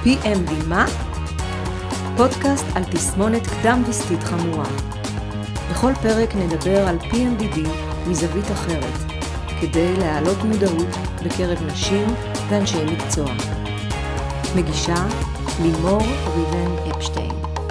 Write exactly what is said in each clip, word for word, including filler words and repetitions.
פי אם די מה? פודקאסט על תסמונת קדם דיסקית חמורה. בכל פרק נדבר על פי אם די די מזווית אחרת, כדי להעלות מודעות בקרב נשים ואנשי מקצוע. מגישה לימור ריבן אפשטיין.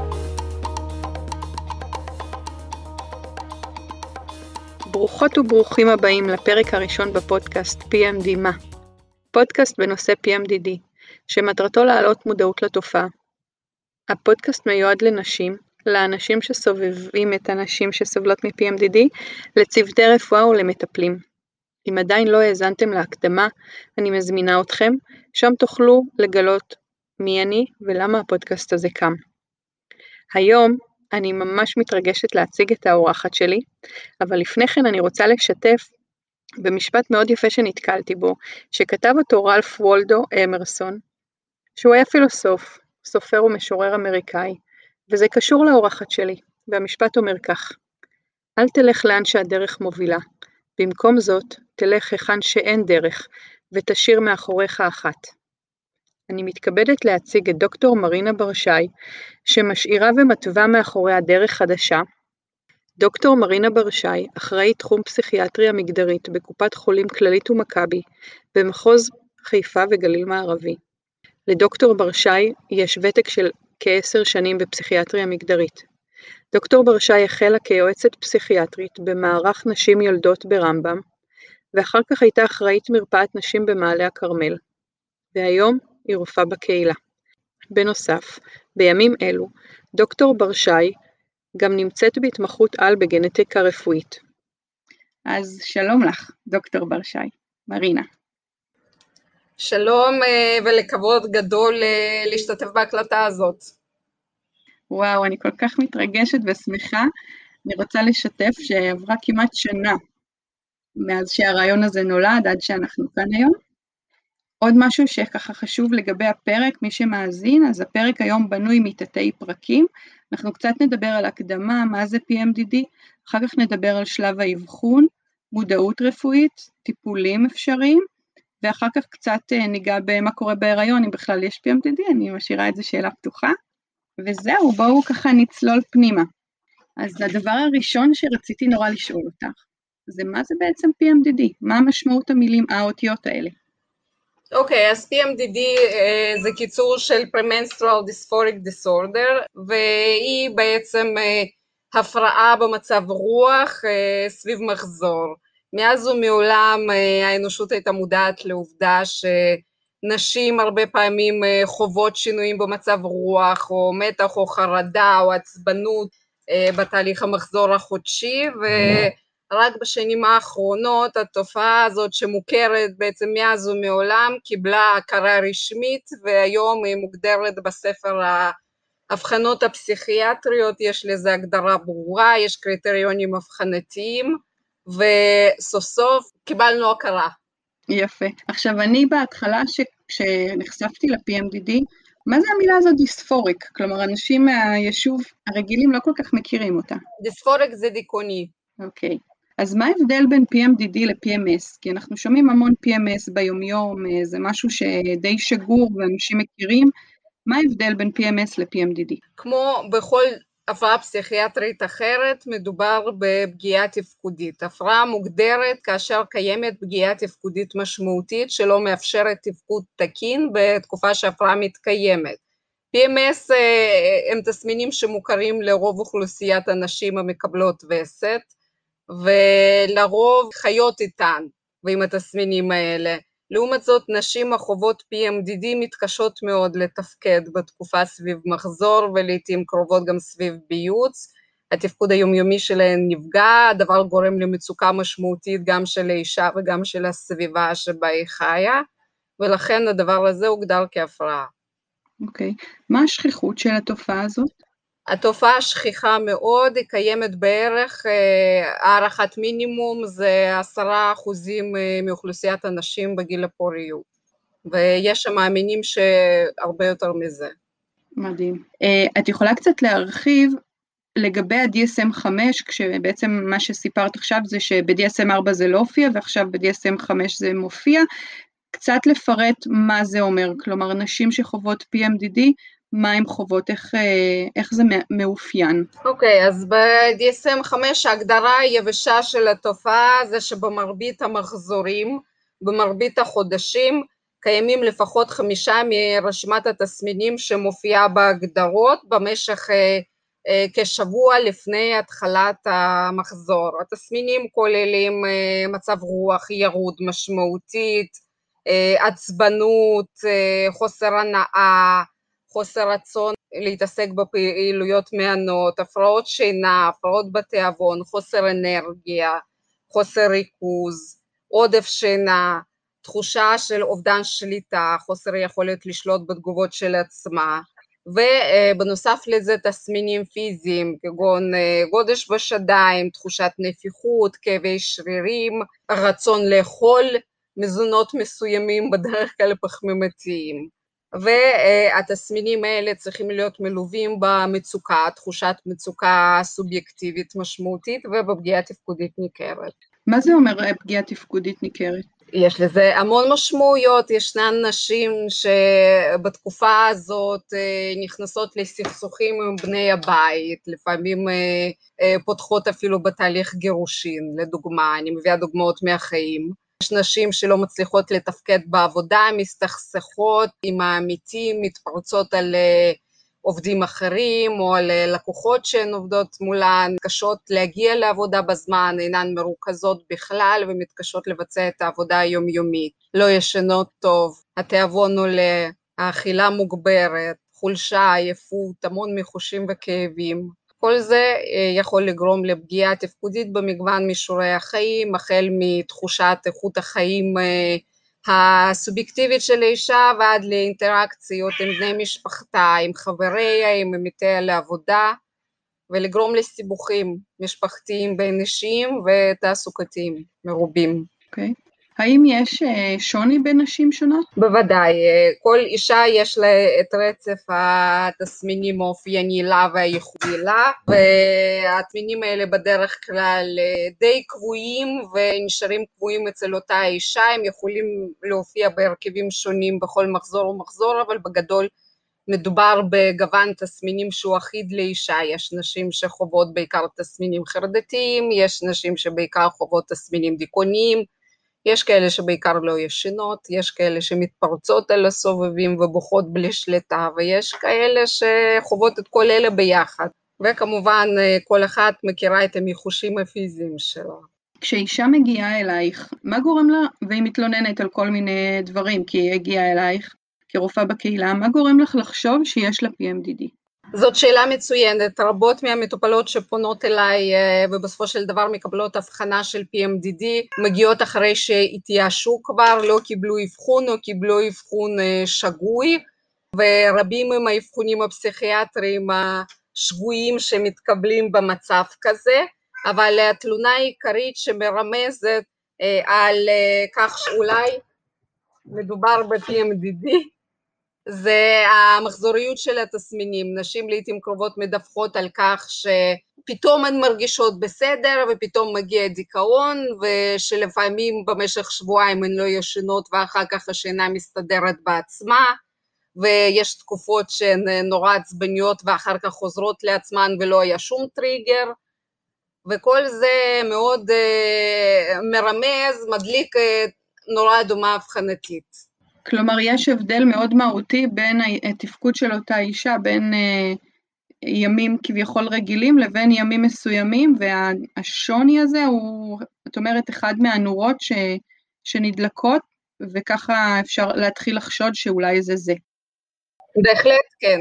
ברוכות וברוכים הבאים לפרק הראשון בפודקאסט פי אם די מה? פודקאסט בנושא פי אם די די, שמטרתו להעלות מודעות לתופעה. הפודקאסט מיועד לנשים, לאנשים שסובבים את הנשים שסובלות מ-פי אם די די, לצוותי רפואה ולמטפלים. אם עדיין לא האזנתם להקדמה, אני מזמינה אתכם, שם תוכלו לגלות מי אני ולמה הפודקאסט הזה קם. היום אני ממש מתרגשת להציג את האורחת שלי, אבל לפני כן אני רוצה לשתף במשפט מאוד יפה שנתקלתי בו, שכתב אותו רלף וולדו אמרסון, שהוא היה פילוסוף, סופר ומשורר אמריקאי, וזה קשור לאורחת שלי, והמשפט אומר כך: אל תלך לאן שהדרך מובילה, במקום זאת תלך היכן שאין דרך, ותשאיר מאחוריך אחת. אני מתכבדת להציג את דוקטור מרינה בר-שי, שמשאירה ומתווה מאחוריה דרך חדשה. דוקטור מרינה בר-שי, אחראית תחום פסיכיאטריה מגדרית בקופת חולים כללית ומכבי, במחוז חיפה וגליל מערבי. לדוקטור בר-שי יש ותק של כעשר שנים בפסיכיאטריה מגדרית. דוקטור בר-שי החלה כיועצת פסיכיאטרית במערך נשים יולדות ברמב"ם, ואחר כך הייתה אחראית מרפאת נשים במעלה הכרמל, והיום היא רופאה בקהילה. בנוסף, בימים אלו, דוקטור בר-שי גם נמצאת בהתמחות על בגנטיקה רפואית. אז שלום לך, דוקטור בר-שי, מרינה. שלום ולכבוד גדול להשתתף בהקלטה הזאת. וואו, אני כל כך מתרגשת ושמחה. אני רוצה לשתף שעברה כמעט שנה מאז שהרעיון הזה נולד עד שאנחנו כאן היום. עוד משהו שככה חשוב לגבי הפרק, מי שמאזין, אז הפרק היום בנוי מתתי פרקים. אנחנו קצת נדבר על הקדמה, מה זה פי אם די די, אחר כך נדבר על שלב האבחון, מודעות רפואית, טיפולים אפשריים, ואחר כך קצת ניגע במה קורה בהיריון, אם בכלל יש פי אם די די, אני משאירה את זה שאלה פתוחה. וזהו, בואו ככה נצלול פנימה. אז הדבר הראשון שרציתי נורא לשאול אותך, זה מה זה בעצם פי אם די די? מה המשמעות המילים, האותיות האלה? אוקיי, okay, אז פי אם די די uh, זה קיצור של Premenstrual Dysphoric Disorder, והיא בעצם uh, הפרעה במצב רוח uh, סביב מחזור. מאז ומעולם uh, האנושות הייתה מודעת לעובדה שנשים הרבה פעמים uh, חוות שינויים במצב רוח, או מתח או חרדה או עצבנות uh, בתהליך המחזור החודשי, ו... רק בשנים האחרונות התופעה הזאת שמוכרת בעצם מאז ומעולם קיבלה הכרה רשמית, והיום היא מוגדרת בספר ההבחנות הפסיכיאטריות, יש לזה הגדרה ברורה, יש קריטריונים הבחנתיים, וסוף סוף קיבלנו הכרה. יפה. עכשיו אני בהתחלה כשנחשפתי ל-פי אם די די, מה זה המילה הזאת דיספוריק? כלומר אנשים מהיישוב הרגילים לא כל כך מכירים אותה. דיספוריק זה דיכאוני. אוקיי. אז מה ההבדל בין פי אם די די ל-פי אם אס? כי אנחנו שומעים המון פי אם אס ביומיום, זה משהו שדי שגור ואנשים מכירים. מה ההבדל בין פי אם אס ל-פי אם די די? כמו בכל הפרעה פסיכיאטרית אחרת, מדובר בפגיעה תפקודית. הפרעה מוגדרת כאשר קיימת פגיעה תפקודית משמעותית שלא מאפשרת תפקוד תקין בתקופה שהפרעה מתקיימת. פי אם אס הם תסמינים שמוכרים לרוב אוכלוסיית הנשים המקבלות וסת, ולרוב חיות איתן ועם התסמינים האלה. לעומת זאת, נשים החוות פי אם די די מתקשות מאוד לתפקד בתקופה סביב מחזור, ולעיתים קרובות גם סביב ביוץ. התפקוד היומיומי שלהן נפגע, הדבר גורם למצוקה משמעותית גם של האישה וגם של הסביבה שבה היא חיה, ולכן הדבר הזה הוגדר כהפרעה. אוקיי, מה השכיחות של התופעה הזאת? התופעה שכיחה מאוד, היא קיימת בערך, הערכת מינימום זה עשרה אחוזים מאוכלוסיית הנשים בגיל הפוריות, ויש שם מאמינים שהרבה יותר מזה. מדהים. את יכולה קצת להרחיב לגבי ה-די אס אם חמש, כשבעצם מה שסיפרת עכשיו זה שב-די אס אם ארבע זה לא הופיע, ועכשיו ב-די אס אם חמש זה מופיע, קצת לפרט מה זה אומר, כלומר נשים שחוות פי אם די די, מה הן חוות, איך, איך זה מאופיין. אוקיי, okay, אז ב-די אס אם חמש ההגדרה היבשה של התופעה זה שבמרבית המחזורים, במרבית החודשים, קיימים לפחות חמישה מרשימת התסמינים שמופיעה בהגדרות במשך אה, אה, כשבוע לפני התחלת המחזור. התסמינים כוללים אה, מצב רוח ירוד משמעותית, אה, עצבנות, אה, חוסר הנאה, חוסר רצון להתעסק בפעילויות מענות, הפרעות שינה, הפרעות בתיאבון, חוסר אנרגיה, חוסר ריכוז, עודף שינה, תחושה של אובדן שליטה, חוסר יכולת לשלוט בתגובות של עצמה, ובנוסף לזה תסמינים פיזיים כגון גודש בשדיים, תחושת נפיחות, כאבי שרירים, רצון לאכול מזונות מסוימים בדרך כלל פחמימתיים. והתסמינים האלה צריכים להיות מלווים במצוקה, תחושת מצוקה סובייקטיבית משמעותית ובפגיעה תפקודית ניכרת. מה זה אומר פגיעה תפקודית ניכרת? יש לזה המון משמעויות, ישנן נשים שבתקופה הזאת נכנסות לסכסוכים עם בני הבית, לפעמים פותחות אפילו בתהליך גירושין, לדוגמה, אני מביאה דוגמאות מהחיים. יש נשים שלא מצליחות לתפקד בעבודה, מסתכסכות עם העמיתים, מתפרצות על עובדים אחרים או על לקוחות שהן עובדות מולן, מתקשות להגיע לעבודה בזמן, אינן מרוכזות בכלל ומתקשות לבצע את העבודה היומיומית, לא ישנות טוב, התיאבון עולה, האכילה מוגברת, חולשה, עייפות, המון מיחושים וכאבים. כל זה יכול לגרום לפגיעה תפקודית במגוון מישורי החיים, החל מתחושת איכות החיים הסובייקטיבית של האישה ועד לאינטראקציות עם בני משפחתה, עם חבריה, עם עמיתיה לעבודה, ולגרום לסיבוכים משפחתיים בין אישיים ותעסוקתיים מרובים. אוקיי. Okay. האם יש שוני בין נשים שונות? בוודאי, כל אישה יש לה את רצף התסמינים האופייני לה והייחודי לה, והתסמינים האלה בדרך כלל די קבועים ונשארים קבועים אצל אותה אישה, הם יכולים להופיע בהרכבים שונים בכל מחזור ומחזור, אבל בגדול מדובר בגוון תסמינים שהוא אחיד לאישה, יש נשים שחוות בעיקר תסמינים חרדתיים, יש נשים שבעיקר חוות תסמינים דיכאוניים, יש כאלה שבעיקר לא ישנות, יש כאלה שמתפרצות על הסובבים ובוכות בלי שליטה, ויש כאלה שחוות את כל אלה ביחד, וכמובן כל אחת מכירה את המיחושים הפיזיים שלה. כשאישה מגיעה אלייך, מה גורם לה, והיא מתלוננת על כל מיני דברים, כי היא הגיעה אלייך כרופאה בקהילה, מה גורם לך לחשוב שיש לה פי אם די די? זאת שאלה מצוינת, רבות מהמטופלות שפונות אליי ובסופו של דבר מקבלות הבחנה של פי אם די די, מגיעות אחרי שהתייאשו כבר, לא קיבלו אבחון או קיבלו אבחון שגוי, ורבים עם האבחונים הפסיכיאטריים השגויים שמתקבלים במצב כזה, אבל התלונה העיקרית שמרמזת על כך שאולי מדובר ב-פי אם די די, זה המחזוריות של התסמינים. נשים לעתים קרובות מדווחות על כך שפתאום הן מרגישות בסדר ופתאום מגיע דיכאון, ושלפעמים במשך שבועיים הן לא ישנות ואחר כך השינה מסתדרת בעצמה, ויש תקופות שהן נורא עצבניות ואחר כך חוזרות לעצמן ולא היה שום טריגר, וכל זה מאוד uh, מרמז, מדליק uh, נורא דומה הבחנתית. כלומר, יש הבדל מאוד מהותי בין התפקוד של אותה אישה, בין uh, ימים כביכול רגילים לבין ימים מסוימים, והשוני הזה הוא, את אומרת, אחד מהנורות ש, שנדלקות, וככה אפשר להתחיל לחשוד שאולי זה זה. בהחלט כן.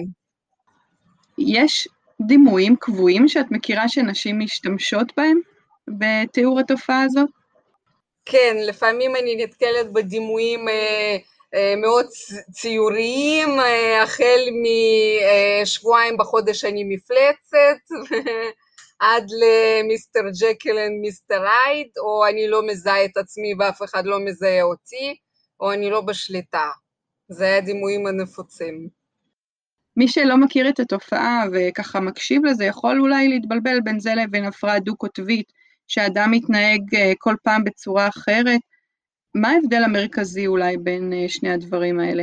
יש דימויים קבועים שאת מכירה שנשים משתמשות בהם בתיאור התופעה הזאת? כן, לפעמים אני נתקלת בדימויים אה, אה, מאוד ציוריים, אה, החל משבועיים בחודש אני מפלצת, עד למיסטר ג'קיל ומיסטר הייד, או אני לא מזהה את עצמי ואף אחד לא מזהה אותי, או אני לא בשליטה. זה הדימויים הנפוצים. מי שלא מכיר את התופעה וככה מקשיב לזה, יכול אולי להתבלבל בין זה לבין הפרעה דו-קוטבית, שאדם מתנהג כל פעם בצורה אחרת. מה ההבדל המרכזי אולי בין שני הדברים האלה?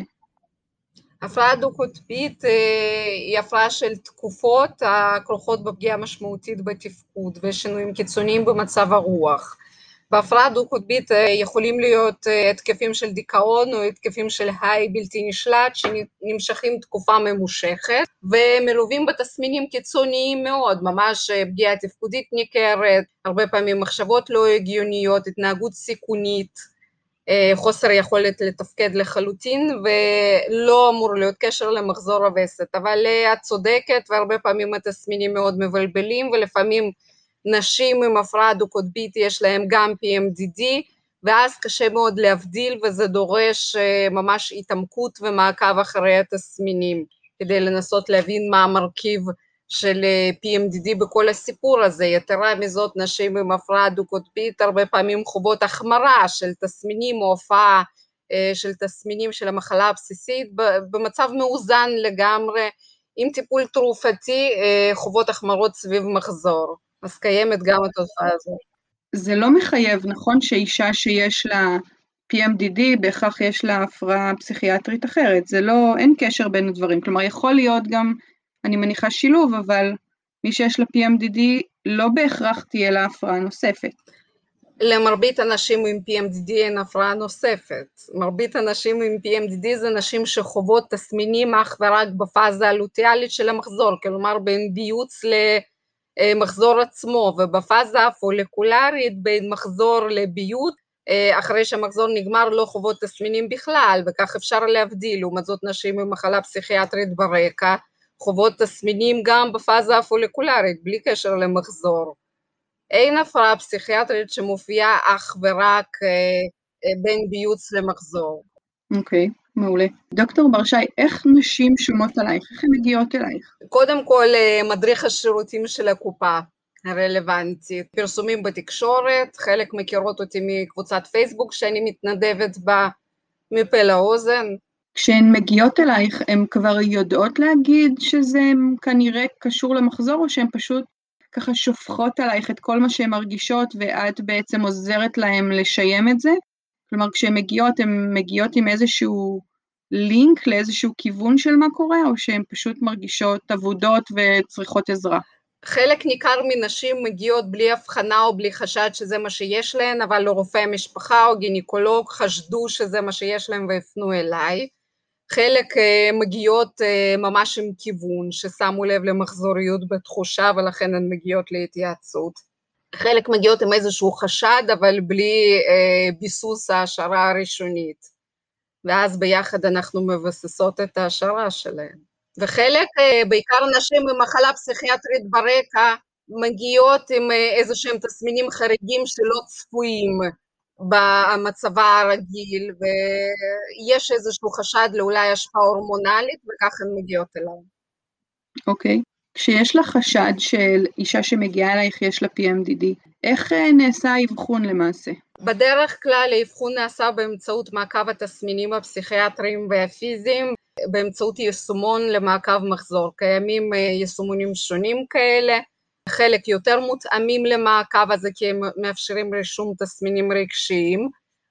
הפרעה דו-קוטבית היא הפרעה של תקופות הכרוכות בפגיעה משמעותית בתפקוד ושינויים קיצוניים במצב הרוח. בהפרעה דו-קוטבית יכולים להיות התקפים של דיכאון או התקפים של היי בלתי נשלט שנמשכים תקופה ממושכת ומלווים בתסמינים קיצוניים מאוד, ממש פגיעה תפקודית ניכרת, הרבה פעמים מחשבות לא הגיוניות, התנהגות סיכונית, חוסר יכולת לתפקד לחלוטין, ולא אמור להיות קשר למחזור הווסת, אבל את צודקת, והרבה פעמים התסמינים מאוד מבלבלים, ולפעמים נשים עם הפרעה דו-קוטבית יש להם גם פי אם די די, ואז קשה מאוד להבדיל, וזה דורש ממש התעמקות ומעקב אחרי התסמינים, כדי לנסות להבין מה המרכיב של פי אם די די בכל הסיפור הזה. יתרה מזאת, נשים עם הפרעה דו-קוטבית הרבה פעמים חוות החמרה של תסמינים או הופעה של תסמינים של המחלה הבסיסית במצב מאוזן לגמרי, עם טיפול תרופתי חוות החמרות סביב מחזור, אז קיימת גם התופעה הזאת. זה לא מחייב, נכון, שאישה שיש לה פי אם די די בהכרח יש לה הפרעה פסיכיאטרית אחרת, זה לא, אין קשר בין הדברים, כלומר יכול להיות גם, אני מניחה שילוב, אבל מי שיש לה פי אם די די לא בהכרח תהיה לה הפרעה נוספת. למרבית אנשים עם פי אם די די אין הפרעה נוספת. מרבית אנשים עם פי אם די די זה נשים שחוות תסמינים אך ורק בפאזה הלוטיאלית של המחזור, כלומר בין ביוץ למחזור עצמו, ובפאזה הפוליקולרית בין מחזור לביוט, אחרי שהמחזור נגמר לא חוות תסמינים בכלל, וכך אפשר להבדיל. לעומת זאת נשים עם מחלה פסיכיאטרית ברקע, חוות תסמינים גם בפאזה הפוליקולרית, בלי קשר למחזור. אין הפרעה פסיכיאטרית שמופיעה אך ורק בין ביוץ למחזור. אוקיי, מעולה. דוקטור ברשי, איך נשים שומעות עלייך? איך הן מגיעות אלייך? קודם כל, מדריך השירותים של הקופה הרלוונטית, פרסומים בתקשורת, חלק מכירות אותי מקבוצת פייסבוק שאני מתנדבת בה מפה לאוזן. כשהן מגיעות אלייך, הן כבר יודעות להגיד שזה כנראה קשור למחזור, או שהן פשוט ככה שופכות עלייך את כל מה שהן מרגישות, ואת בעצם עוזרת להן לשיים את זה? כלומר, כשהן מגיעות, הן מגיעות עם איזשהו לינק לאיזשהו כיוון של מה קורה, או שהן פשוט מרגישות עבודות וצריכות עזרה? חלק ניכר מנשים מגיעות בלי הבחנה או בלי חשד שזה מה שיש להן, אבל לרופא משפחה או גינקולוג חשדו שזה מה שיש להן והפנו אליי. חלק מגיעות ממש עם כיוון, ששמו לב למחזוריות בתחושה ולכן הן מגיעות להתייעצות. חלק מגיעות עם איזשהו חשד, אבל בלי ביסוס ההשערה הראשונית. ואז ביחד אנחנו מבססות את ההשערה שלהן. וחלק, בעיקר נשים עם מחלה פסיכיאטרית ברקע, מגיעות עם איזה שהם תסמינים חריגים שלא צפויים במצבה הרגיל, ויש איזשהו חשד לאולי השפעה הורמונלית, וכך הן מגיעות אליי. אוקיי. כשיש לך חשד של אישה שמגיעה אלייך יש לה פי אם די די, איך נעשה האבחון למעשה? בדרך כלל האבחון נעשה באמצעות מעקב התסמינים הפסיכיאטריים והפיזיים, באמצעות יישומון למעקב מחזור. קיימים יישומונים שונים כאלה, חלק יותר מותאמים למעקב הזה כי הם מאפשרים רישום תסמינים רגשיים,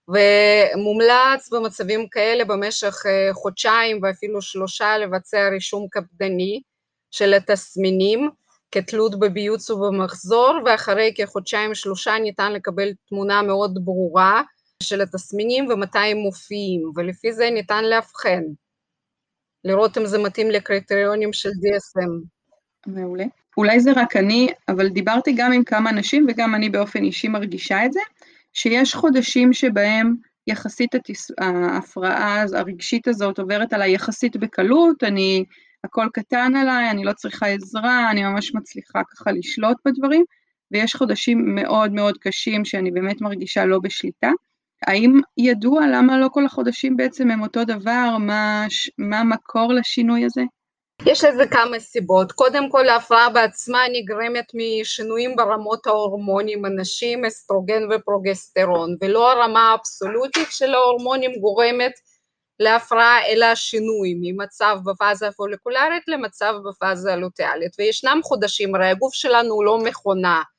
ומומלץ במצבים כאלה במשך חודשיים ואפילו שלושה לבצע רישום קפדני של התסמינים כתלות בביוץ ובמחזור, ואחרי כחודשיים שלושה ניתן לקבל תמונה מאוד ברורה של התסמינים ומתי הם מופיעים, ולפי זה ניתן להבחן, לראות אם זה מתאים לקריטריונים של די אס אם. מעולה. אולי זה רק אני, אבל דיברתי גם עם כמה אנשים, וגם אני באופן אישי מרגישה את זה, שיש חודשים שבהם יחסית ההפרעה הרגשית הזאת עוברת עליי יחסית בקלות, אני, הכל קטן עליי, אני לא צריכה עזרה, אני ממש מצליחה ככה לשלוט בדברים, ויש חודשים מאוד מאוד קשים שאני באמת מרגישה לא בשליטה. האם ידוע למה לא כל החודשים בעצם הם אותו דבר? מה, מה המקור לשינוי הזה? יש לזה כמה סיבות. קודם כל, ההפרעה בעצמה נגרמת משינויים ברמות ההורמונים הנשים, אסטרוגן ופרוגסטרון, ולא הרמה האבסולוטית של ההורמונים גורמת להפרעה, אלא שינוי ממצב בפאזה הפוליקולרית למצב בפאזה הלוטיאלית. וישנם חודשים, הרי הגוף שלנו הוא לא מכונה,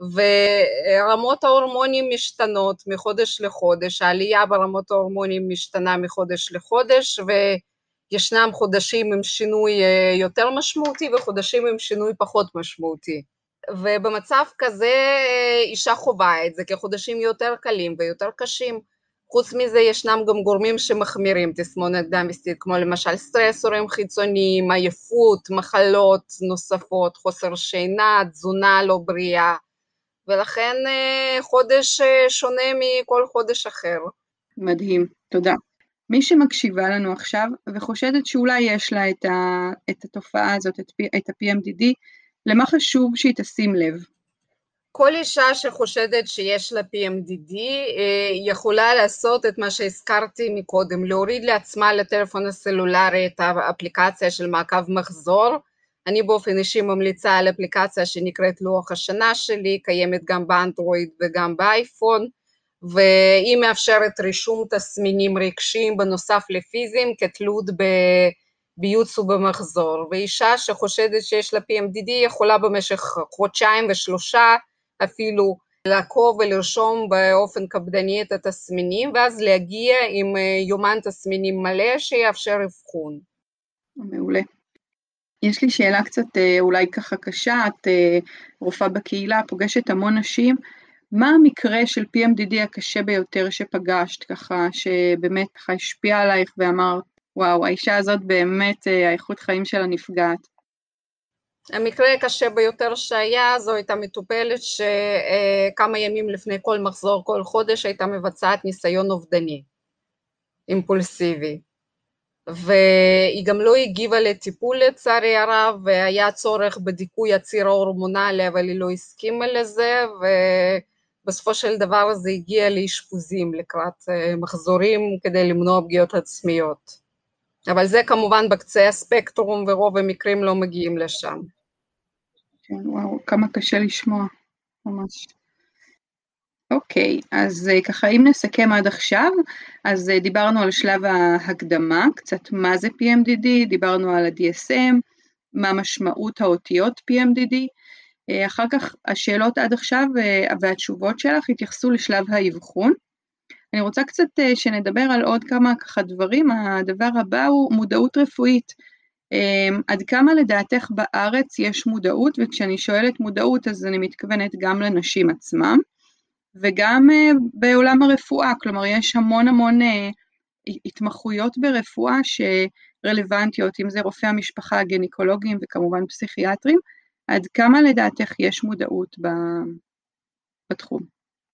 ורמות ההורמונים משתנות מחודש לחודש, העלייה ברמות ההורמונים משתנה מחודש לחודש, וישנם חודשים עם שינוי יותר משמעותי וחודשים עם שינוי פחות משמעותי. ובמצב כזה אישה חווה את זה כחודשים יותר קלים ויותר קשים. חוץ מזה ישנם גם גורמים שמחמירים תסמונת קדם וסתית, כמו למשל סטרסורים חיצוניים, עייפות, מחלות נוספות, חוסר שינה, תזונה לא בריאה, ולכן חודש שונה מכל חודש אחר. מדהים, תודה. מי שמקשיבה לנו עכשיו וחושדת שאולי יש לה את, ה, את התופעה הזאת, את, את ה-פי אם די די, למה חשוב שהיא תשים לב? כל אישה שחושדת שיש לה פי אם די די יכולה לעשות את מה שהזכרתי מקודם, להוריד לעצמה לטלפון הסלולרי את האפליקציה של מעקב מחזור. אני באופן אישי ממליצה על אפליקציה שנקראת לוח השנה שלי, קיימת גם באנדרואיד וגם באייפון, והיא מאפשרת רישום תסמינים רגשיים בנוסף לפיזיים כתלות בביוץ ובמחזור, ואישה שחושדת שיש לה פי אם די די יכולה במשך חודשיים ושלושה אפילו לעקוב ולרשום באופן קפדני את התסמינים, ואז להגיע עם יומן תסמינים מלא שיאפשר אבחון. מעולה. יש לי שאלה קצת אולי ככה קשה, את רופאה בקהילה, פוגשת המון נשים, מה המקרה של פי אם די די הקשה ביותר שפגשת, ככה שבאמת ככה השפיע עלייך ואמרת, וואו, האישה הזאת באמת האיכות חיים שלה נפגעת? המקרה הקשה ביותר שהיה, זו הייתה מטופלת שכמה ימים לפני כל מחזור, כל חודש, הייתה מבצעת ניסיון אובדני, אימפולסיבי. והיא גם לא הגיבה לטיפול לצערי הרב, והיה צורך בדיכוי הציר ההורמונלי, אבל היא לא הסכימה לזה, ובסופו של דבר זה הגיע לאשפוזים לקראת מחזורים כדי למנוע פגיעות עצמיות. אבל זה כמובן בקצה הספקטרום, ורוב המקרים לא מגיעים לשם. כן, וואו, כמה קשה לשמוע, ממש. אוקיי, אז ככה אם נסכם עד עכשיו, אז דיברנו על שלב ההקדמה, קצת מה זה פי אם די די, דיברנו על ה-די אס אם, מה משמעות האותיות פי אם די די, אחר כך השאלות עד עכשיו והתשובות שלך התייחסו לשלב האבחון. אני רוצה קצת שנדבר על עוד כמה ככה דברים, הדבר הבא הוא מודעות רפואית. עד כמה לדעתך בארץ יש מודעות, וכשאני שואלת מודעות אז אני מתכוונת גם לנשים עצמם, וגם בעולם הרפואה, כלומר יש המון המון התמחויות ברפואה שרלוונטיות, אם זה רופאי המשפחה, הגניקולוגים וכמובן פסיכיאטרים, עד כמה לדעתך יש מודעות בתחום?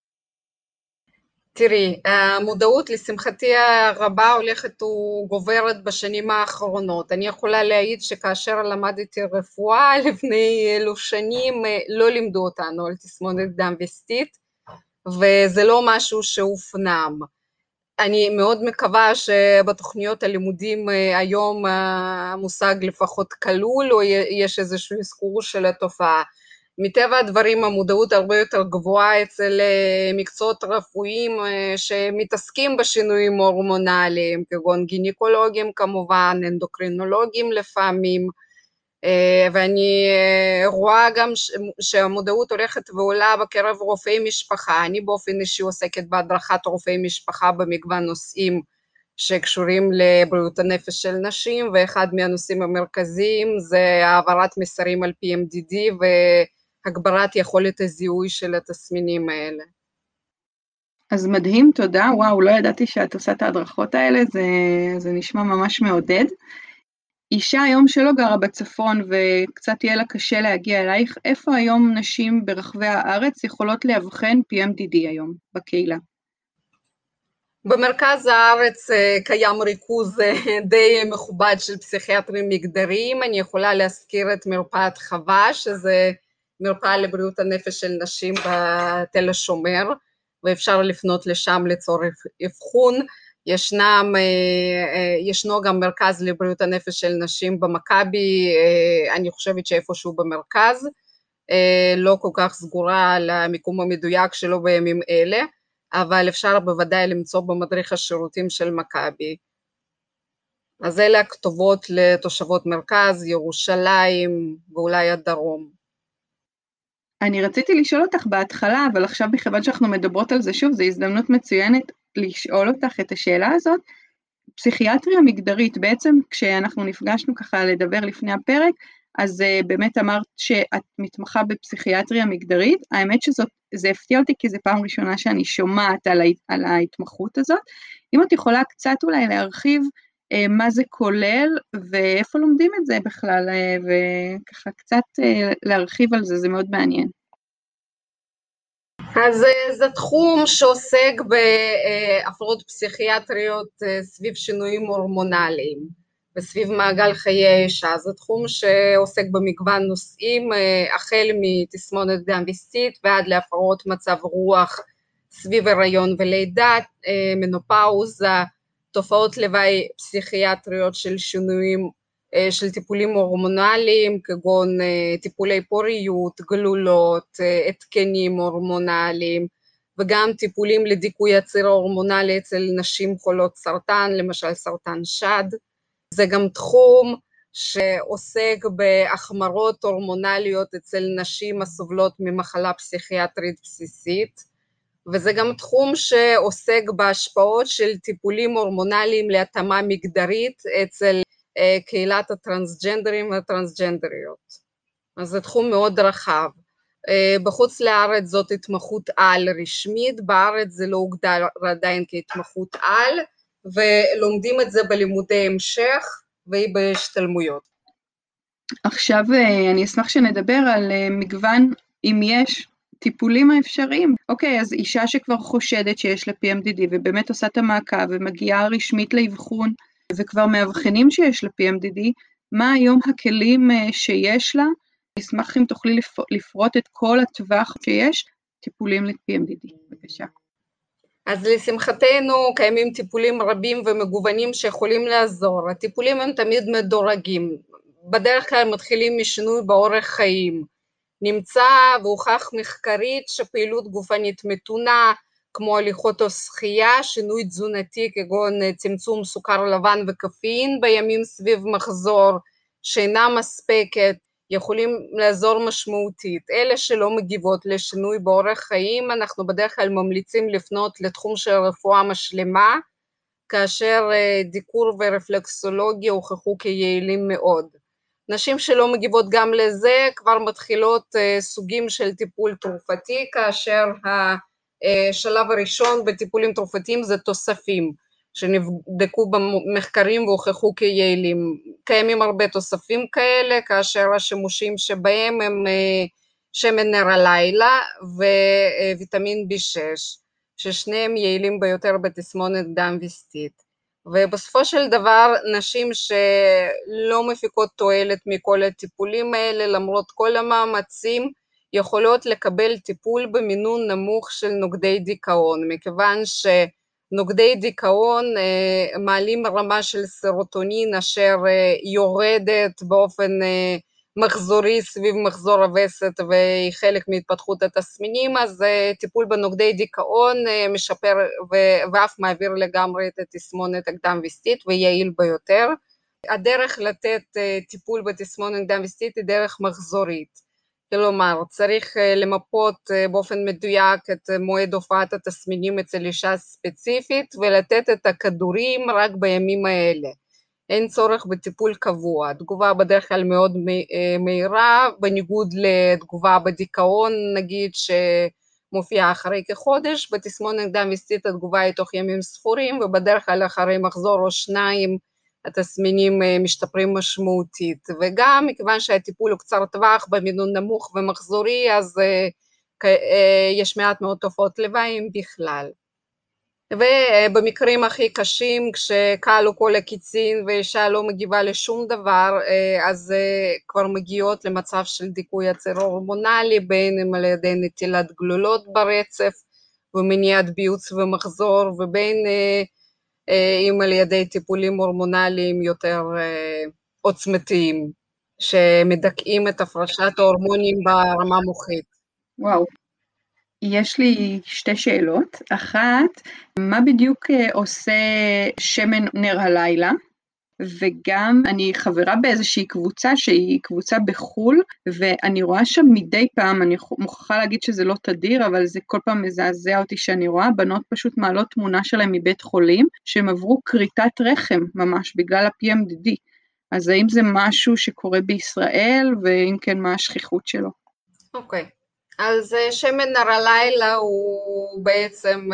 תראי, המודעות לשמחתי הרבה הולכת וגוברת בשנים האחרונות. אני יכולה להעיד שכאשר למדתי רפואה לפני אלו שנים לא לימדו אותנו על תסמונת קדם וסתית, וזה לא משהו שהופנם. אני מאוד מקווה שבתוכניות הלימודים היום המושג לפחות כלול, או יש איזשהו אזכור של התופעה. מטבע הדברים המודעות הרבה יותר גבוהה אצל מקצועות רפואיים שמתעסקים בשינויים הורמונליים, כגון גינקולוגים כמובן, אנדוקרינולוגים לפעמים, ואני רואה גם שהמודעות הולכת ועולה בקרב רופאי משפחה. אני באופן אישי עוסקת בהדרכת רופאי משפחה במגוון נושאים שקשורים לבריאות הנפש של נשים, ואחד מהנושאים המרכזיים זה העברת מסרים על פי אם די די והגברת יכולת הזיהוי של התסמינים האלה. אז מדהים, תודה. וואו, לא ידעתי שאת עושה את ההדרכות האלה, זה, זה נשמע ממש מעודד. אישה היום שלא גרה בצפון וקצת יהיה לה קשה להגיע אלייך, איפה היום נשים ברחבי הארץ יכולות לאבחן פי אם די די היום בקהילה? במרכז הארץ קיים ריכוז די מכובד של פסיכיאטרים מגדריים. אני יכולה להזכיר את מרפאת חווה, שזה מרפאה לבריאות הנפש של נשים בתל השומר, ואפשר לפנות לשם לצורך אבחון. ישנם, ישנו גם מרכז לבריאות הנפש של נשים במכבי, אני חושבת שאיפשהו במרכז, לא כל כך סגורה על המיקום המדויק שלו בימים אלה, אבל אפשר בוודאי למצוא במדריך השירותים של מכבי. אז אלה הכתובות לתושבות מרכז, ירושלים ואולי הדרום. אני רציתי לשאול אותך בהתחלה, אבל עכשיו מכיוון שאנחנו מדברות על זה שוב, זו הזדמנות מצוינת לשאול אותך את השאלה הזאת. פסיכיאטריה מגדרית, בעצם כשאנחנו נפגשנו ככה לדבר לפני הפרק, אז uh, באמת אמרת שאת מתמחה בפסיכיאטריה מגדרית. האמת שזאת, זה הפתיע אותי כי זו פעם ראשונה שאני שומעת על, ה, על ההתמחות הזאת. אם את יכולה קצת אולי להרחיב uh, מה זה כולל ואיפה לומדים את זה בכלל, uh, וככה קצת uh, להרחיב על זה, זה מאוד מעניין. אז זה תחום שעוסק בהפרעות פסיכיאטריות סביב שינויים הורמונליים וסביב מעגל חיי האישה. זה תחום שעוסק במגוון נושאים, החל מתסמונת דם וסתית ועד להפרעות מצב רוח סביב הריון ולידה, מנופאוזה, תופעות לוואי פסיכיאטריות של שינויים של טיפולים הורמונליים, כגון טיפולי פוריות, גלולות, התקנים הורמונליים, וגם טיפולים לדיכוי הציר ההורמונלי אצל נשים חולות סרטן, למשל סרטן שד. זה גם תחום שעוסק בהחמרות הורמונליות אצל נשים הסובלות ממחלה פסיכיאטרית בסיסית, וזה גם תחום שעוסק בהשפעות של טיפולים הורמונליים להתאמה מגדרית אצל קהילת הטרנסג'נדרים והטרנסג'נדריות. אז זה תחום מאוד רחב. בחוץ לארץ זאת התמחות על רשמית, בארץ זה לא הוגדר עדיין כהתמחות על, ולומדים את זה בלימודי המשך והיא בהשתלמויות. עכשיו אני אשמח שנדבר על מגוון, אם יש, טיפולים האפשריים. אוקיי, אז אישה שכבר חושדת שיש לה פי אם די די ובאמת עושה את המעקב ומגיעה רשמית לאבחון, וכבר מאבחנים שיש ל-פי אם די די, מה היום הכלים שיש לה? אשמח אם תוכלי לפרוט את כל הטווח שיש, טיפולים ל-פי אם די די, בבקשה. אז לשמחתנו קיימים טיפולים רבים ומגוונים שיכולים לעזור. הטיפולים הם תמיד מדורגים, בדרך כלל מתחילים משינוי באורח חיים. נמצא והוכח מחקרית שפעילות גופנית מתונה, כמו הליכות או שחייה, שינוי תזונתי כגון צמצום סוכר לבן וקפאין בימים סביב מחזור שאינה מספקת, יכולים לעזור משמעותית. אלה שלא מגיבות לשינוי באורח חיים, אנחנו בדרך כלל ממליצים לפנות לתחום של רפואה משלימה, כאשר דיקור ורפלקסולוגיה הוכחו כיעילים מאוד. נשים שלא מגיבות גם לזה כבר מתחילות סוגים של טיפול תרופתי, כאשר השלב הראשון בטיפולים תרופתיים זה תוספים, שנבדקו במחקרים והוכחו כיעילים. קיימים הרבה תוספים כאלה, כאשר השימושים שבהם הם שמן נר הלילה וויטמין בי שש, ששניהם יעילים ביותר בתסמונת דם וסתית. ובסופו של דבר נשים שלא מפיקות תועלת מכל הטיפולים האלה, למרות כל המאמצים, יכולות לקבל טיפול במינון נמוך של נוגדי דיכאון, מכיוון שנוגדי דיכאון אה, מעלים רמה של סרוטונין אשר אה, יורדת באופן אה, מחזורי סביב מחזור הווסת והיא חלק מהתפתחות התסמינים, אז אה, טיפול בנוגדי דיכאון אה, משפר ו- ואף מעביר לגמרי את התסמונת הקדם וסתית ויעיל ביותר. הדרך לתת אה, טיפול בתסמונת קדם וסתית היא דרך מחזורית. כלומר, צריך למפות באופן מדויק את מועד הופעת התסמינים אצל אישה ספציפית ולתת את הכדורים רק בימים האלה. אין צורך בטיפול קבוע. התגובה בדרך כלל מאוד מהירה, בניגוד לתגובה בדיכאון, נגיד שמופיעה אחרי כחודש, בתסמונת קדם וסתית התגובה היא תוך ימים ספורים, ובדרך כלל אחרי מחזור או שניים, התסמינים משתפרים משמעותית, וגם מכיוון שהטיפול הוא קצר טווח במינון נמוך ומחזורי, אז יש מעט מאוד תופעות לוואי בכלל. ובמקרים הכי קשים, כשקלו כל הקיצין ואישה לא מגיבה לשום דבר, אז כבר מגיעות למצב של דיכוי הציר ההורמונלי, בין אם על ידי נטילת גלולות ברצף ומניעת ביוץ ומחזור, ובין אם על ידי טיפולים הורמונליים יותר עוצמתיים, שמדכאים את הפרשת ההורמונים ברמה מוחית. וואו. יש לי שתי שאלות. אחת, מה בדיוק עושה שמן נר הלילה? וגם אני חברה באיזושהי קבוצה שהיא קבוצה בחול, ואני רואה שם מדי פעם, אני מוכרחה להגיד שזה לא תדיר, אבל זה כל פעם מזעזע אותי שאני רואה, בנות פשוט מעלות תמונה שלהם מבית חולים, שהם עברו כריתת רחם ממש בגלל ה-פי אם די די. אז האם זה משהו שקורה בישראל, ואם כן, מה השכיחות שלו? אוקיי, okay. אז שמן נר הלילה הוא בעצם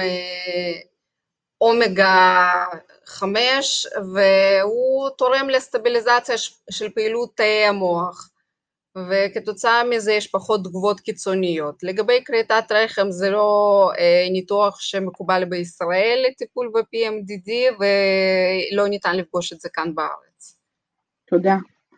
אומגה חמש, והוא תורם לסטביליזציה של פעילות תאי המוח, וכתוצאה מזה יש פחות תגובות קיצוניות. לגבי כריתת רחם זה לא ניתוח שמקובל בישראל לטיפול ב-פי אם די די, ולא ניתן לפגוש את זה כאן בארץ. תודה.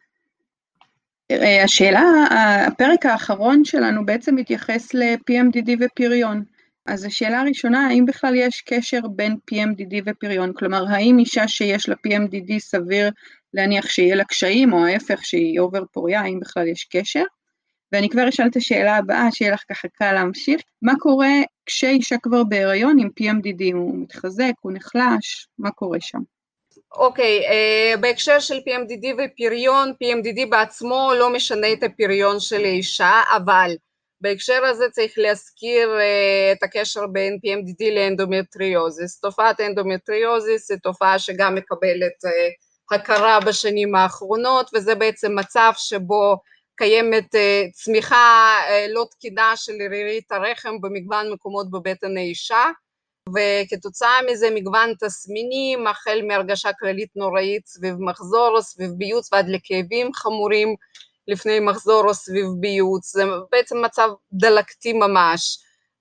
השאלה, הפרק האחרון שלנו בעצם מתייחס ל-פי אם די די ופריון. אז השאלה הראשונה, האם בכלל יש קשר בין פי אם די די ופריון? כלומר, האם אישה שיש לה פי אם די די סביר להניח שיהיה לה קשיים, או ההפך שהיא אובר פוריה, האם בכלל יש קשר? ואני כבר אשאל את השאלה הבאה, שיהיה לך ככה קל להמשיך. מה קורה כשאישה כבר בהיריון עם פי אם די די? הוא מתחזק, הוא נחלש, מה קורה שם? אוקיי, okay, uh, בהקשר של פי אם די די ופריון, פי אם די די בעצמו לא משנה את הפריון של האישה, אבל בהקשר הזה צריך להזכיר uh, את הקשר בין פי אם די די לאנדומטריוזיס. תופעת אנדומטריוזיס היא תופעה שגם מקבלת uh, הכרה בשנים האחרונות, וזה בעצם מצב שבו קיימת uh, צמיחה uh, לא תקינה של רירית הרחם במגוון מקומות בבטן האישה, וכתוצאה מזה מגוון תסמינים, החל מהרגשה כללית נוראית סביב מחזור או סביב ביוץ ועד לכאבים חמורים לפני מחזור או סביב ביוץ, זה בעצם מצב דלקתי ממש,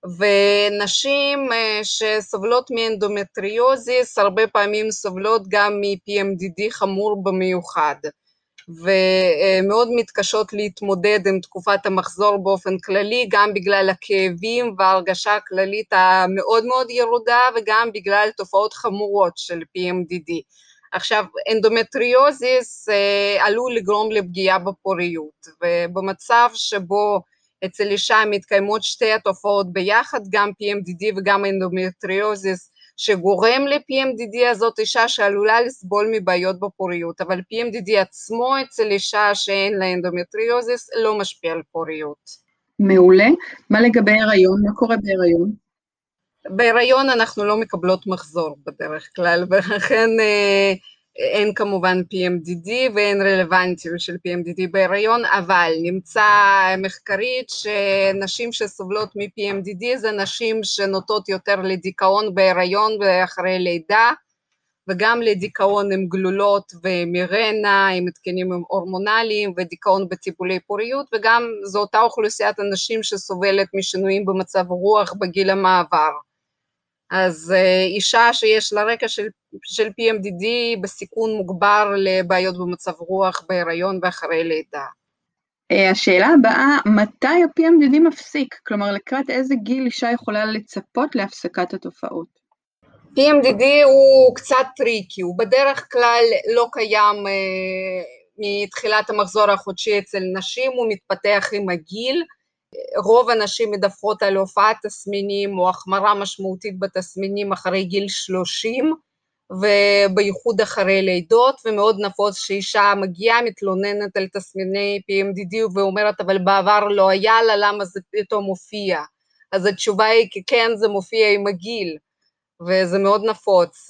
ונשים שסובלות מאנדומטריוזיס הרבה פעמים סובלות גם מ-פי אם די די חמור במיוחד, ומאוד מתקשות להתמודד עם תקופת המחזור באופן כללי, גם בגלל הכאבים וההרגשה הכללית המאוד מאוד ירודה, וגם בגלל תופעות חמורות של פי אם די די. עכשיו, אנדומטריוזיס אה, עלול לגרום לפגיעה בפוריות, ובמצב שבו אצל אישה מתקיימות שתי התופעות ביחד, גם פי אם די די וגם אנדומטריוזיס, שגורם ל-פי אם די די הזאת אישה שעלולה לסבול מבעיות בפוריות, אבל פי אם די די עצמו אצל אישה שאין לה אנדומטריוזיס לא משפיע על פוריות. מעולה. מה לגבי הריון? מה קורה בהיריון? בהיריון אנחנו לא מקבלות מחזור בדרך כלל, ולכן אה, אין כמובן פי אם די די ואין רלוונטיות של פי אם די די בהיריון, אבל נמצא מחקרית שנשים שסובלות מ-פי אם די די זה נשים שנוטות יותר לדיכאון בהיריון ואחרי לידה, וגם לדיכאון עם גלולות ומירנה, עם התקנים הורמונליים ודיכאון בטיפולי פוריות, וגם זו אותה אוכלוסיית אנשים שסובלת משינויים במצב רוח בגיל המעבר. אז אישה שיש לה רקע של, של פי אם די די בסיכון מוגבר לבעיות במצב רוח בהיריון ואחרי לידה. השאלה הבאה, מתי ה-פי אם די די מפסיק? כלומר, לקראת איזה גיל אישה יכולה לצפות להפסקת התופעות? פי אם די די הוא קצת טריקי, הוא בדרך כלל לא קיים אה, מתחילת המחזור החודשי אצל נשים, הוא מתפתח עם הגיל, רוב הנשים מדווחות על הופעת תסמינים או החמרה משמעותית בתסמינים אחרי גיל שלושים, ובייחוד אחרי לידות, ומאוד נפוץ שאישה מגיעה, מתלוננת על תסמיני פי אם די די ואומרת, אבל בעבר לא היה לה, למה זה פתאום מופיע? אז התשובה היא כי כן, זה מופיע עם הגיל, וזה מאוד נפוץ,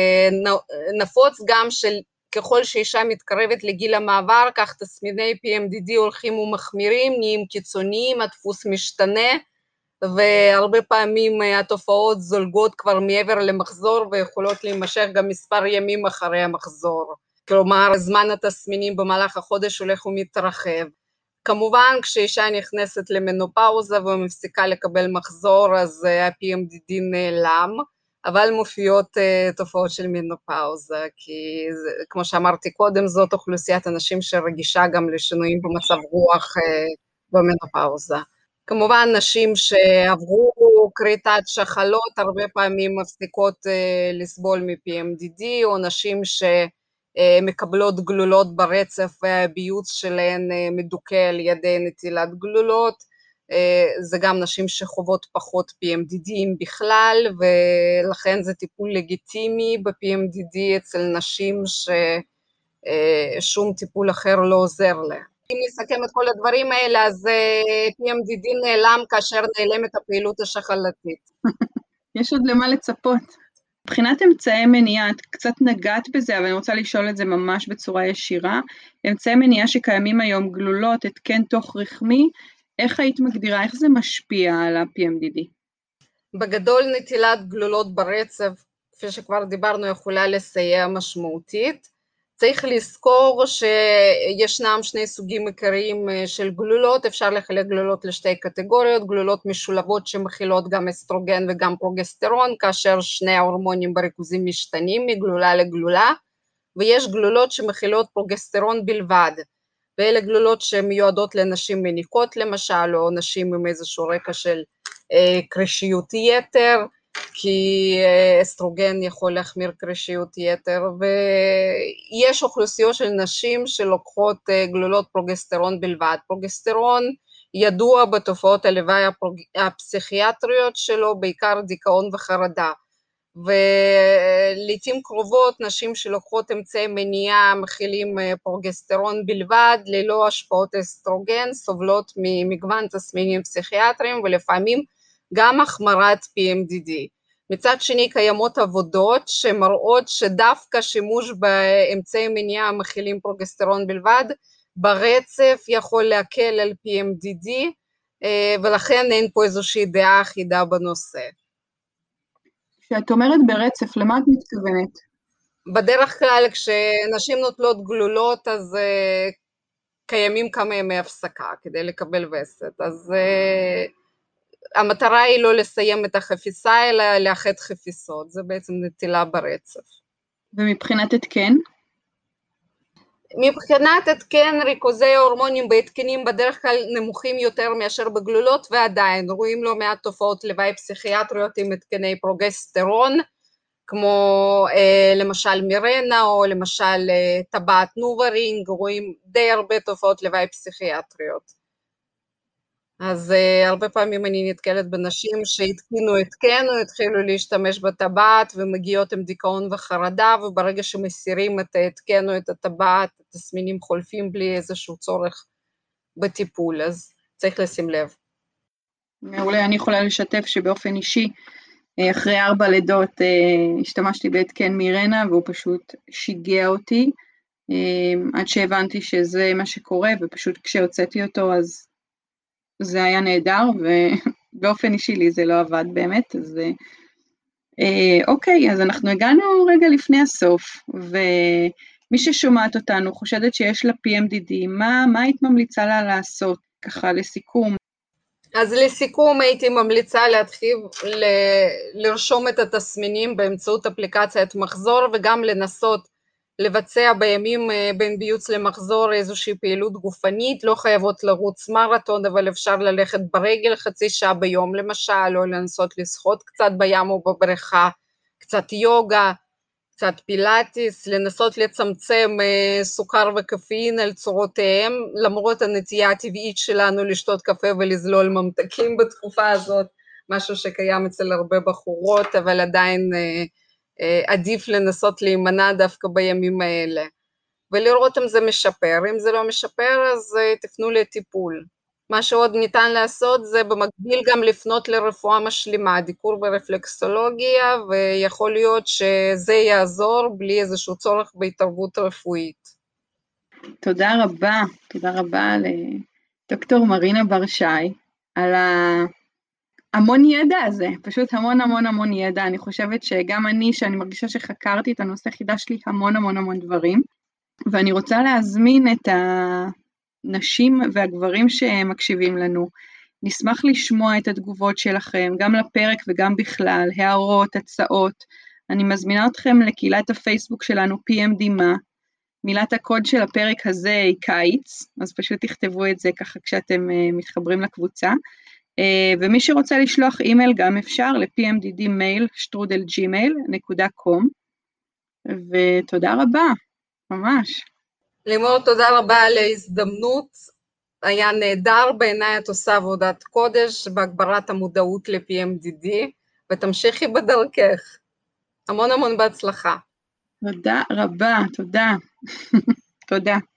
ונפוץ גם של ככל שאישה מתקרבת לגיל המעבר, כך תסמיני פי אם די די הולכים ומחמירים, נהיים קיצוניים, הדפוס משתנה, והרבה פעמים התופעות זולגות כבר מעבר למחזור, ויכולות להימשך גם מספר ימים אחרי המחזור. כלומר, זמן התסמינים במהלך החודש הולך ומתרחב. כמובן, כשאישה נכנסת למנופאוזה ומפסיקה לקבל מחזור, אז ה-פי אם די די נעלם, אבל מופיעות uh, תופעות של מנופאוזה, כי זה, כמו שאמרתי קודם, זאת אוכלוסיית אנשים שרגישה גם לשינויים במצב רוח uh, במנופאוזה. כמובן, נשים שעברו כריתת שחלות, הרבה פעמים מפסיקות uh, לסבול מ-פי אם די די, או נשים שמקבלות uh, גלולות ברצף, והביוץ שלהן uh, מדוכא על ידי נטילת גלולות, זה גם נשים שחוות פחות פי אם די די בכלל, ולכן זה טיפול לגיטימי ב-פי אם די די אצל נשים שום טיפול אחר לא עוזר לה. אם נסכם את כל הדברים האלה, אז פי אם די די נעלם כאשר נעלמת הפעילות השחלתית. יש עוד למה לצפות. מבחינת אמצעי מניעה, את קצת נגעת בזה, אבל אני רוצה לשאול את זה ממש בצורה ישירה. אמצעי מניעה שקיימים היום, גלולות, התקן תוך רחמי, איך היית מגדירה, איך זה משפיע על ה-פי אם די די? בגדול נטילת גלולות ברצף, כפי שכבר דיברנו, יכולה לסייע משמעותית. צריך לזכור שישנם שני סוגים עיקריים של גלולות, אפשר לחלק גלולות לשתי קטגוריות, גלולות משולבות שמכילות גם אסטרוגן וגם פרוגסטרון, כאשר שני ההורמונים בריכוזים משתנים מגלולה לגלולה, ויש גלולות שמכילות פרוגסטרון בלבד, ואלה גלולות שמיועדות לנשים מניקות למשל, או נשים עם איזשהו רקע של אה, קרישיות יתר, כי אסטרוגן יכול להחמיר קרישיות יתר, ויש אוכלוסיות של נשים שלוקחות גלולות פרוגסטרון בלבד. פרוגסטרון ידוע בתופעות הלוואי הפסיכיאטריות שלו, בעיקר דיכאון וחרדה, ולעיתים קרובות נשים שלוקחות אמצעי מניעה מכילים פרוגסטרון בלבד, ללא השפעות אסטרוגן, סובלות ממגוון תסמינים פסיכיאטריים, ולפעמים גם החמרת פי אם די די. מצד שני קיימות עבודות שמראות שדווקא שימוש באמצעי מניעה מכילים פרוגסטרון בלבד, ברצף יכול להקל על פי אם די די, ולכן אין פה איזושהי דעה אחידה בנושא. כשאת אומרת ברצף, למה את מתכוונת? בדרך כלל כשנשים נוטלות גלולות, אז קיימים כמה ימי הפסקה כדי לקבל וסת, אז המטרה היא לא לסיים את החפיסה, אלא לאחד חפיסות, זה בעצם נטילה ברצף. ומבחינת התקן? מבחינת התקן, ריכוזי ההורמונים בהתקנים בדרך כלל נמוכים יותר מאשר בגלולות, ועדיין רואים לא מעט תופעות לוואי פסיכיאטריות עם התקני פרוגסטרון, כמו אה, למשל מירנה, או למשל אה, טבעת נוברינג, רואים די הרבה תופעות לוואי פסיכיאטריות. אז uh, הרבה פעמים אני נתקלת בנשים שהתקינו התקן, או התחילו להשתמש בטבעת, ומגיעות עם דיכאון וחרדה, וברגע שמסירים את ההתקן או את הטבעת, התסמינים חולפים בלי איזשהו צורך בטיפול, אז צריך לשים לב. אולי אני יכולה לשתף שבאופן אישי, אחרי ארבע לידות השתמשתי בהתקן מירנה, והוא פשוט שיגע אותי, עד שהבנתי שזה מה שקורה, ופשוט כשהוצאתי אותו אז זה היה נהדר, ובאופן אישי לי זה לא עבד באמת, אז אוקיי, אז אנחנו הגענו רגע לפני הסוף, ומי ששומעת אותנו חושדת שיש לה פי אם די די, מה, מה היית ממליצה לה לעשות, ככה לסיכום? אז לסיכום הייתי ממליצה להתחיל ל- לרשום את התסמינים באמצעות אפליקציית מחזור, וגם לנסות לבצע בימים בין ביוץ למחזור איזושהי פעילות גופנית, לא חייבות לרוץ מרתון, אבל אפשר ללכת ברגל חצי שעה ביום למשל, או לנסות לשחות קצת בים או בבריכה, קצת יוגה, קצת פילאטיס, לנסות לצמצם סוכר וקפאין על צורותיהם, למרות הנטייה הטבעית שלנו לשתות קפה ולזלול ממתקים בתקופה הזאת, משהו שקיים אצל הרבה בחורות, אבל עדיין עדיף לנסות להימנע דווקא בימים האלה, ולראות אם זה משפר, אם זה לא משפר אז תפנו לטיפול. מה שעוד ניתן לעשות זה במקביל גם לפנות לרפואה משלימה, דיקור ברפלקסולוגיה, ויכול להיות שזה יעזור בלי איזשהו צורך בהתערבות רפואית. תודה רבה, תודה רבה לדוקטור מרינה בר-שי על ה... המון ידע הזה, פשוט המון המון המון ידע, אני חושבת שגם אני, שאני מרגישה שחקרתי את הנושא, חידש לי המון המון המון דברים, ואני רוצה להזמין את הנשים והגברים שמקשיבים לנו, נשמח לשמוע את התגובות שלכם, גם לפרק וגם בכלל, הערות, הצעות, אני מזמינה אתכם לקהילת הפייסבוק שלנו, פי אם די מה, מילת הקוד של הפרק הזה היא קיץ, אז פשוט תכתבו את זה ככה כשאתם מתחברים לקבוצה, ומי שרוצה לשלוח אימייל גם אפשר ל-פי אם די די מייל שטרודל ג'ימייל נקודה קום, ותודה רבה, ממש. לימור, תודה רבה על ההזדמנות, היה נהדר, בעיניי את עושה עבודת קודש בהגברת המודעות ל-פי אם די די, ותמשיכי בדרכך, המון המון בהצלחה. תודה רבה, תודה. תודה.